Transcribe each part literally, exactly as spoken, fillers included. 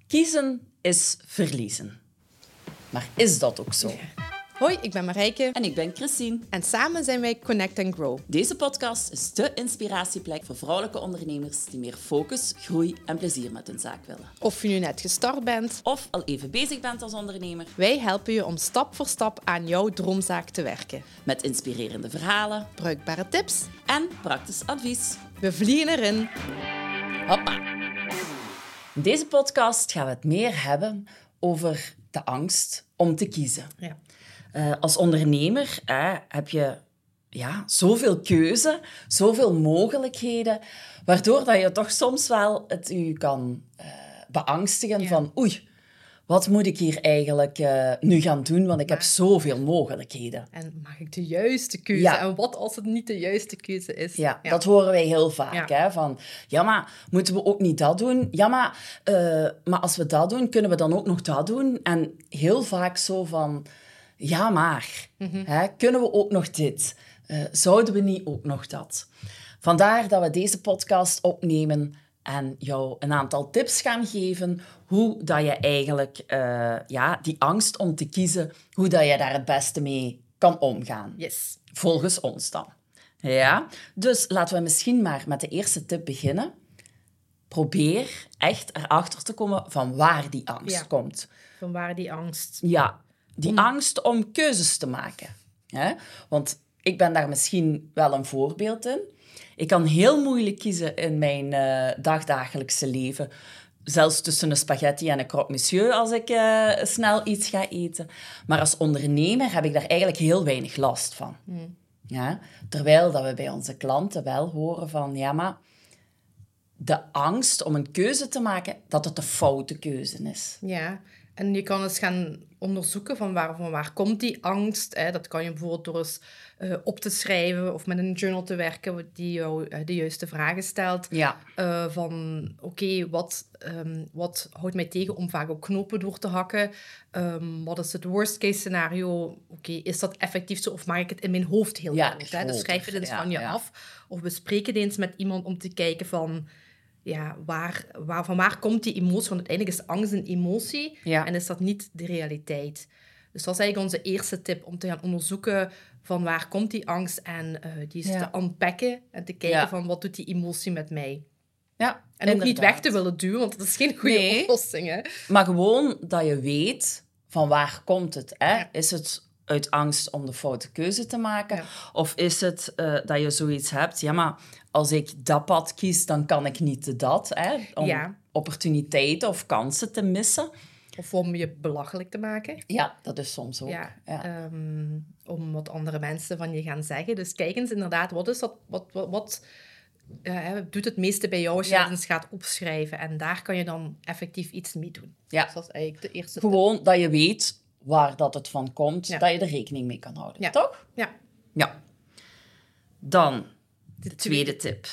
Kiezen is verliezen. Maar is dat ook zo? Hoi, ik ben Marijke. En ik ben Christine. En samen zijn wij Connect and Grow. Deze podcast is de inspiratieplek voor vrouwelijke ondernemers die meer focus, groei en plezier met hun zaak willen. Of je nu net gestart bent, of al even bezig bent als ondernemer. Wij helpen je om stap voor stap aan jouw droomzaak te werken. Met inspirerende verhalen, bruikbare tips en praktisch advies. We vliegen erin. Hoppa! In deze podcast gaan we het meer hebben over de angst om te kiezen. Ja. Uh, als ondernemer uh, heb je ja, zoveel keuze, zoveel mogelijkheden, waardoor dat je toch soms wel het u kan uh, beangstigen ja. van oei, wat moet ik hier eigenlijk uh, nu gaan doen, want ik maar, heb zoveel mogelijkheden. En mag ik de juiste keuze? Ja. En wat als het niet de juiste keuze is? Ja, ja. dat horen wij heel vaak. Ja. Hè, van, ja, maar moeten we ook niet dat doen? Ja, maar, uh, maar als we dat doen, kunnen we dan ook nog dat doen? En heel vaak zo van... Ja, maar mm-hmm. hè, kunnen we ook nog dit? Uh, zouden we niet ook nog dat? Vandaar dat we deze podcast opnemen en jou een aantal tips gaan geven hoe dat je eigenlijk uh, ja, die angst om te kiezen, hoe dat je daar het beste mee kan omgaan. Yes. Volgens ons dan. Ja? Dus laten we misschien maar met de eerste tip beginnen. Probeer echt erachter te komen van waar die angst ja. komt. Van waar die angst... Ja. Die om... angst om keuzes te maken. Hè? Want ik ben daar misschien wel een voorbeeld in. Ik kan heel moeilijk kiezen in mijn uh, dagdagelijkse leven. Zelfs tussen een spaghetti en een croque monsieur als ik uh, snel iets ga eten. Maar als ondernemer heb ik daar eigenlijk heel weinig last van. Mm. Ja? Terwijl dat we bij onze klanten wel horen van... Ja, maar de angst om een keuze te maken, dat het de foute keuze is. Ja, en je kan eens gaan onderzoeken van waar, van waar komt die angst. Hè? Dat kan je bijvoorbeeld door eens uh, op te schrijven of met een journal te werken die jou uh, de juiste vragen stelt. Ja. Uh, van oké, okay, wat, um, wat houdt mij tegen om vaak op knopen door te hakken? Um, wat is het worst case scenario? Oké, okay, is dat effectief zo of maak ik het in mijn hoofd heel ja, goed? Hè? Dus schrijf het eens ja, van je ja. af. Of bespreek het eens met iemand om te kijken van... Ja, waar, waar, van waar komt die emotie? Want uiteindelijk is angst een emotie ja. en is dat niet de realiteit. Dus dat is eigenlijk onze eerste tip, om te gaan onderzoeken van waar komt die angst en uh, die is ja. te unpacken en te kijken ja. van wat doet die emotie met mij. Ja, en inderdaad. ook niet weg te willen duwen, want dat is geen goede nee, oplossing. Hè? Maar gewoon dat je weet van waar komt het. Hè? Ja. Is het uit angst om de foute keuze te maken? Ja. Of is het uh, dat je zoiets hebt, ja, maar als ik dat pad kies, dan kan ik niet dat. Hè? Om ja. opportuniteiten of kansen te missen. Of om je belachelijk te maken. Ja, dat is soms ook. Ja, ja. Um, om wat andere mensen van je gaan zeggen. Dus kijk eens inderdaad, wat is dat... Wat, wat, wat uh, doet het meeste bij jou als je ja. dat eens gaat opschrijven? En daar kan je dan effectief iets mee doen. Ja. Dus dat is eigenlijk de eerste Gewoon tip. dat je weet waar dat het van komt, ja. dat je er rekening mee kan houden. Ja. Toch? Ja. Ja. Dan... De tweede tip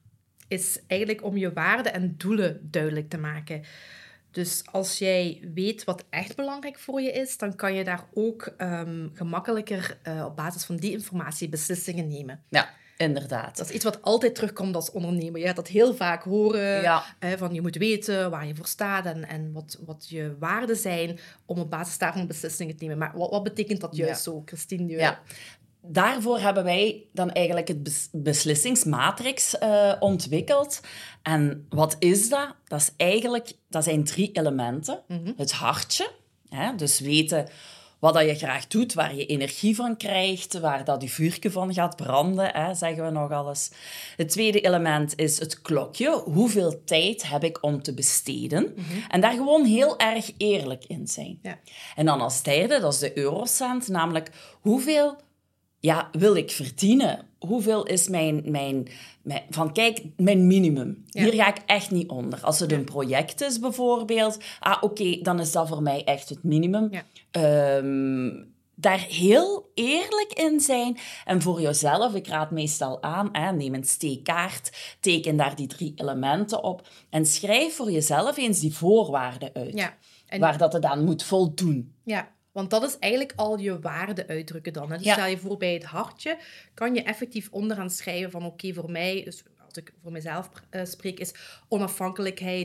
is eigenlijk om je waarden en doelen duidelijk te maken. Dus als jij weet wat echt belangrijk voor je is, dan kan je daar ook um, gemakkelijker uh, op basis van die informatie beslissingen nemen. Ja, inderdaad. Dat is iets wat altijd terugkomt als ondernemer. Je gaat dat heel vaak horen, ja. hè, van je moet weten waar je voor staat en, en wat, wat je waarden zijn om op basis daarvan beslissingen te nemen. Maar wat, wat betekent dat juist ja. zo, Christine? Ja. Daarvoor hebben wij dan eigenlijk het bes- beslissingsmatrix uh, ontwikkeld. En wat is dat? Dat is eigenlijk, dat zijn drie elementen. Mm-hmm. Het hartje, hè? Dus weten wat dat je graag doet, waar je energie van krijgt, waar dat je vuurtje van gaat branden, hè, zeggen we nog alles. Het tweede element is het klokje. Hoeveel tijd heb ik om te besteden? Mm-hmm. En daar gewoon heel erg eerlijk in zijn. Ja. En dan als derde, dat is de eurocent, namelijk hoeveel... Ja, wil ik verdienen? Hoeveel is mijn... mijn, mijn van kijk, mijn minimum. Ja. Hier ga ik echt niet onder. Als het ja. een project is bijvoorbeeld... Ah, oké, okay, dan is dat voor mij echt het minimum. Ja. Um, daar heel eerlijk in zijn. En voor jezelf, ik raad meestal aan, hè, neem een steekkaart, teken daar die drie elementen op en schrijf voor jezelf eens die voorwaarden uit. Ja. En... waar dat het aan moet voldoen. Ja. Want dat is eigenlijk al je waarde uitdrukken dan. Hè? Dus ja. stel je voor bij het hartje, kan je effectief onderaan schrijven van oké, okay, voor mij, dus als ik voor mezelf uh, spreek, is onafhankelijkheid,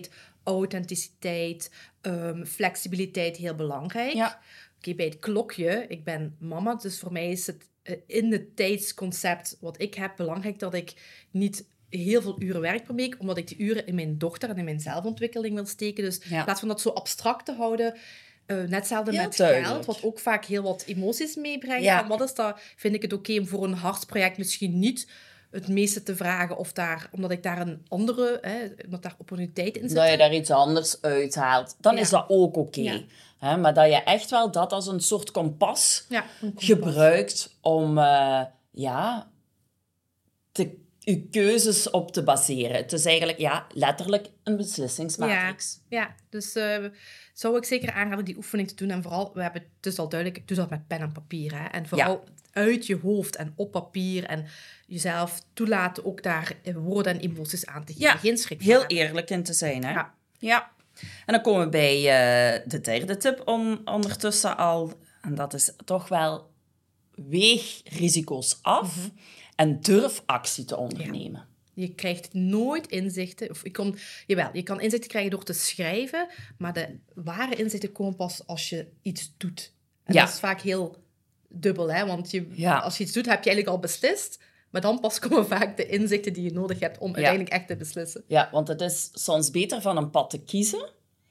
authenticiteit, um, flexibiliteit heel belangrijk. Ja. Oké, okay, bij het klokje, ik ben mama, dus voor mij is het uh, in het tijdsconcept wat ik heb belangrijk dat ik niet heel veel uren werk per week, omdat ik die uren in mijn dochter en in mijn zelfontwikkeling wil steken. Dus ja. in plaats van dat zo abstract te houden, uh, net hetzelfde heel met duidelijk. Geld, wat ook vaak heel wat emoties meebrengt. Ja. Van wat is dat? Vind ik het oké okay om voor een hartsproject misschien niet het meeste te vragen, of daar, omdat ik daar een andere, hè, omdat daar opportuniteit in zit. Dat je daar iets anders uithaalt, dan ja. is dat ook oké. Okay. Ja. Maar dat je echt wel dat als een soort kompas, ja, een kompas. gebruikt om uh, ja, te, je keuzes op te baseren. Het is eigenlijk ja, letterlijk een beslissingsmatrix. Ja, ja. dus uh, zou ik zeker aanraden die oefening te doen. En vooral, we hebben het dus al duidelijk, ik doe dat met pen en papier. Hè. En vooral ja. uit je hoofd en op papier en jezelf toelaten ook daar woorden en emoties aan te geven. Ja, geen schrik. Heel eerlijk in te zijn. Hè? Ja. ja. En dan komen we bij uh, de derde tip on, ondertussen al. En dat is toch wel weeg risico's af mm-hmm. en durf actie te ondernemen. Ja. Je krijgt nooit inzichten. Of je, kon, jawel, je kan inzichten krijgen door te schrijven, maar de ware inzichten komen pas als je iets doet. En ja. dat is vaak heel dubbel, hè? Want je, ja. als je iets doet, heb je eigenlijk al beslist. Maar dan pas komen vaak de inzichten die je nodig hebt om ja. uiteindelijk echt te beslissen. Ja, want het is soms beter van een pad te kiezen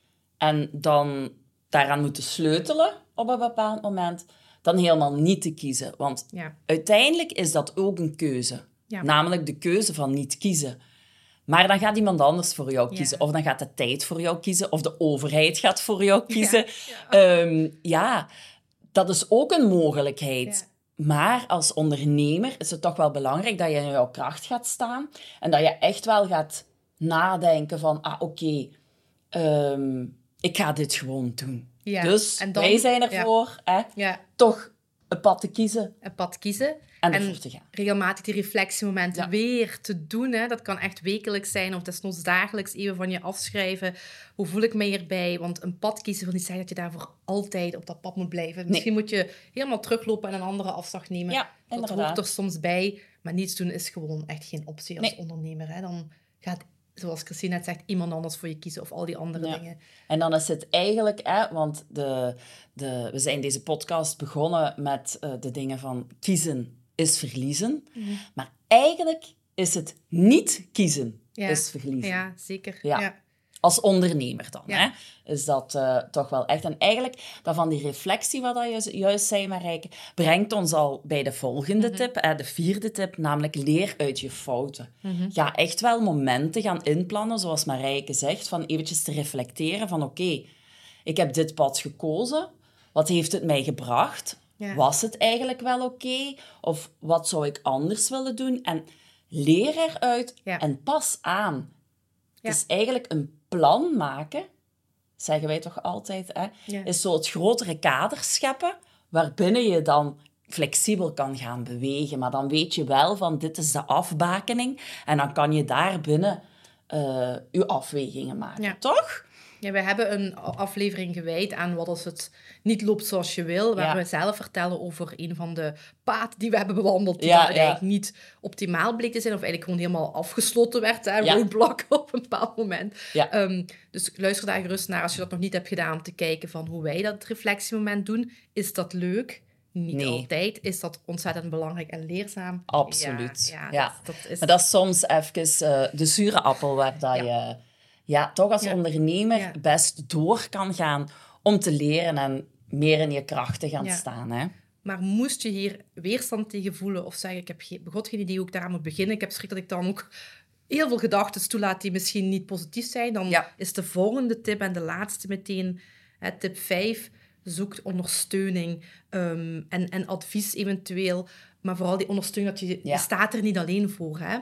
en dan daaraan moeten sleutelen op een bepaald moment, dan helemaal niet te kiezen. Want ja. uiteindelijk is dat ook een keuze. Ja. Namelijk de keuze van niet kiezen. Maar dan gaat iemand anders voor jou kiezen. Ja. Of dan gaat de tijd voor jou kiezen. Of de overheid gaat voor jou kiezen. Ja, ja. Um, ja dat is ook een mogelijkheid. Ja. Maar als ondernemer is het toch wel belangrijk dat je in jouw kracht gaat staan. En dat je echt wel gaat nadenken van... Ah, oké, okay, um, ik ga dit gewoon doen. Ja. Dus en dan, wij zijn ervoor, ja. Hè, ja. toch een pad te kiezen. Een pad kiezen. En ervoor te gaan. Regelmatig die reflectiemomenten ja. weer te doen. Hè. Dat kan echt wekelijks zijn of desnoods dagelijks even van je afschrijven. Hoe voel ik me hierbij? Want een pad kiezen wil niet zeggen dat je daarvoor altijd op dat pad moet blijven. Nee. Misschien moet je helemaal teruglopen en een andere afslag nemen. Ja, dat hoort er soms bij. Maar niets doen is gewoon echt geen optie als nee. ondernemer. Hè. Dan gaat, zoals Christine net zegt, iemand anders voor je kiezen of al die andere ja. dingen. En dan is het eigenlijk, hè, want de, de, we zijn deze podcast begonnen met uh, de dingen van kiezen is verliezen. Mm. Maar eigenlijk is het niet kiezen ja. is verliezen. Ja, zeker. Ja. Ja. Als ondernemer dan, ja. hè, is dat uh, toch wel echt. En eigenlijk, dat van die reflectie, wat je juist zei, Marijke, brengt ons al bij de volgende mm-hmm. tip, hè, de vierde tip, namelijk leer uit je fouten. Mm-hmm. Ga echt wel momenten gaan inplannen, zoals Marijke zegt, van eventjes te reflecteren van oké, okay, ik heb dit pad gekozen, wat heeft het mij gebracht? Ja. Was het eigenlijk wel oké? Okay? Of wat zou ik anders willen doen? En leer eruit ja. en pas aan. Ja. Het is eigenlijk een plan maken, zeggen wij toch altijd, hè? Ja. Is zo het grotere kader scheppen, waarbinnen je dan flexibel kan gaan bewegen. Maar dan weet je wel van, dit is de afbakening. En dan kan je daarbinnen uh, je afwegingen maken, ja. toch? Ja, we hebben een aflevering gewijd aan wat als het niet loopt zoals je wil. Waar ja. we zelf vertellen over een van de paden die we hebben bewandeld. Die ja, eigenlijk ja. niet optimaal bleek te zijn. Of eigenlijk gewoon helemaal afgesloten werd. Hè, ja. roadblock op een bepaald moment. Ja. Um, dus luister daar gerust naar als je dat nog niet hebt gedaan. Om te kijken van hoe wij dat reflectiemoment doen. Is dat leuk? Niet nee. altijd. Is dat ontzettend belangrijk en leerzaam? Absoluut. Ja, ja, ja. Dat, dat is... Maar dat is soms even uh, de zure appel waar dat ja. je... Ja, toch als ja. ondernemer ja. best door kan gaan om te leren en meer in je kracht te gaan ja. staan. Hè? Maar moest je hier weerstand tegen voelen of zeggen, ik heb geen, begot geen idee hoe ik daaraan moet beginnen, ik heb schrik dat ik dan ook heel veel gedachten toelaat die misschien niet positief zijn, dan ja. is de volgende tip en de laatste meteen, hè, tip vijf, zoek ondersteuning um, en, en advies eventueel, maar vooral die ondersteuning, dat je, ja. je staat er niet alleen voor, hè.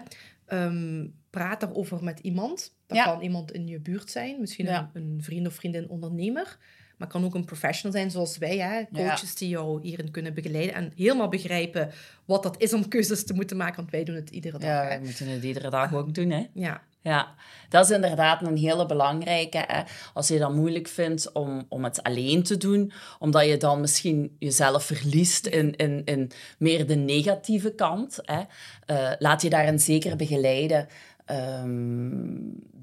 Um, praat daarover met iemand. Dat ja. kan iemand in je buurt zijn. Misschien ja. een, een vriend of vriendin ondernemer. Maar het kan ook een professional zijn zoals wij. Hè? Coaches ja. die jou hierin kunnen begeleiden. En helemaal begrijpen wat dat is om keuzes te moeten maken. Want wij doen het iedere dag. Ja, hè? we moeten het iedere dag ook doen. Hè? Ja. Ja, dat is inderdaad een hele belangrijke. Hè? Als je dat moeilijk vindt om, om het alleen te doen, omdat je dan misschien jezelf verliest in, in, in meer de negatieve kant. Hè? Uh, laat je daarin zeker begeleiden. Um,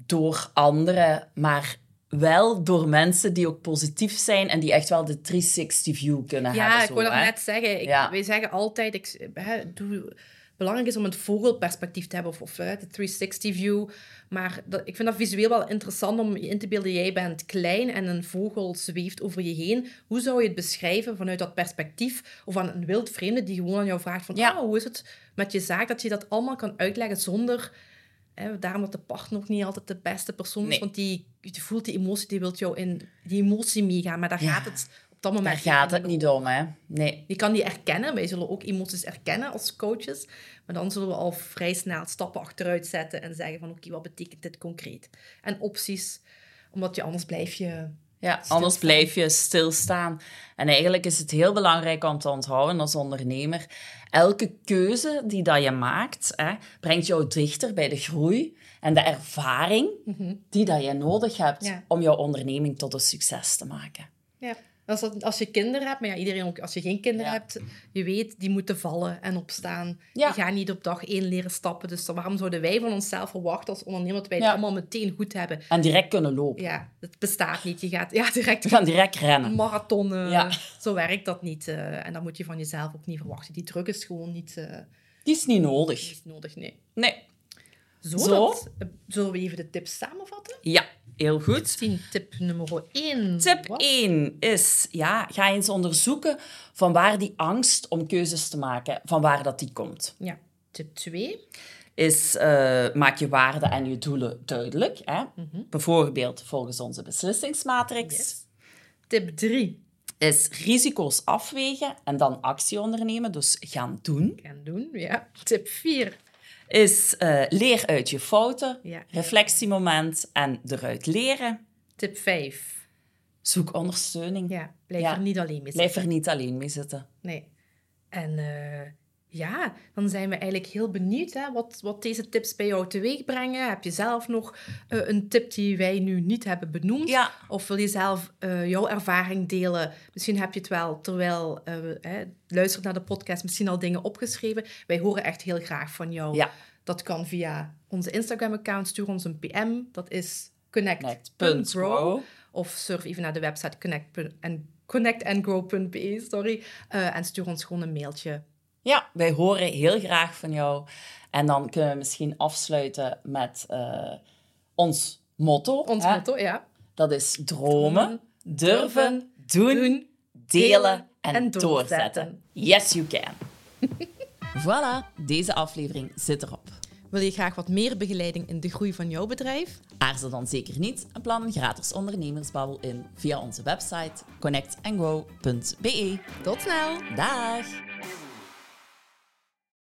door anderen, maar wel door mensen die ook positief zijn en die echt wel de driehonderdzestig view kunnen ja, hebben. Ja, ik zo, wil dat hè? net zeggen. Ik, ja. Wij zeggen altijd... Ik, hè, doe, belangrijk is om een vogelperspectief te hebben, of, of hè, de driehonderdzestig view. Maar dat, ik vind dat visueel wel interessant om je in te beelden. Jij bent klein en een vogel zweeft over je heen. Hoe zou je het beschrijven vanuit dat perspectief? Of aan een wild vreemde die gewoon aan jou vraagt van... Ja. Oh, hoe is het met je zaak? Dat je dat allemaal kan uitleggen zonder... Hè, daarom dat de partner ook niet altijd de beste persoon is. Nee. Want die, die voelt die emotie, die wil jou in die emotie meegaan. Maar daar Ja. gaat het op dat moment Daar gaat het niet om, hè. Nee. Je kan die erkennen. Wij zullen ook emoties erkennen als coaches. Maar dan zullen we al vrij snel stappen achteruit zetten en zeggen van oké, okay, wat betekent dit concreet? En opties, omdat je anders blijf je Ja, anders blijf je stilstaan. En eigenlijk is het heel belangrijk om te onthouden als ondernemer. Elke keuze die dat je maakt, hè, brengt jou dichter bij de groei en de ervaring mm-hmm. die dat je nodig hebt ja. om jouw onderneming tot een succes te maken. Ja. Als, dat, als je kinderen hebt, maar ja, iedereen ook, als je geen kinderen ja. hebt, je weet, die moeten vallen en opstaan. Ja. Die gaan niet op dag één leren stappen. Dus waarom zouden wij van onszelf verwachten als ondernemer dat wij ja. het allemaal meteen goed hebben? En direct kunnen lopen. Ja, dat bestaat niet. Je gaat ja, direct... We gaan direct rennen. Marathonnen. Ja. Zo werkt dat niet. Uh, en dat moet je van jezelf ook niet verwachten. Die druk is gewoon niet... Uh, die is niet nodig. Die is nodig, nee. Nee. Zo, Zo. Dat, uh, zullen we even de tips samenvatten? Ja. Heel goed. Tien, tip nummer één. Tip Wat? één is, ja, ga eens onderzoeken van waar die angst om keuzes te maken, van waar dat die komt. Ja. Tip twee is, uh, maak je waarden en je doelen duidelijk. Hè? Mm-hmm. Bijvoorbeeld volgens onze beslissingsmatrix. Yes. Tip drie is risico's afwegen en dan actie ondernemen, dus gaan doen. Gaan doen, ja. Tip vier is uh, leer uit je fouten, ja. reflectiemoment en eruit leren. Tip vijf. Zoek ondersteuning. Ja, blijf ja. er niet alleen mee zitten. Blijf er niet alleen mee zitten. Nee. En uh, ja, dan zijn we eigenlijk heel benieuwd hè, wat, wat deze tips bij jou teweeg brengen. Heb je zelf nog uh, een tip die wij nu niet hebben benoemd? Ja. Of wil je zelf uh, jouw ervaring delen? Misschien heb je het wel, terwijl uh, hè, luistert naar de podcast, misschien al dingen opgeschreven. Wij horen echt heel graag van jou. Ja. Dat kan via onze Instagram-account. Stuur ons een P M. Dat is connect punt grow. Of surf even naar de website connect and grow punt b e. Sorry. Uh, en stuur ons gewoon een mailtje. Ja, wij horen heel graag van jou. En dan kunnen we misschien afsluiten met uh, ons motto. Ons hè? motto, ja. Dat is dromen, durven, doen, doen delen en, en doorzetten. doorzetten. Yes, you can. Voilà, deze aflevering zit erop. Wil je graag wat meer begeleiding in de groei van jouw bedrijf? Aarzel dan zeker niet en plan een gratis ondernemersbabbel in via onze website connect and grow punt b e. Tot snel! Dag!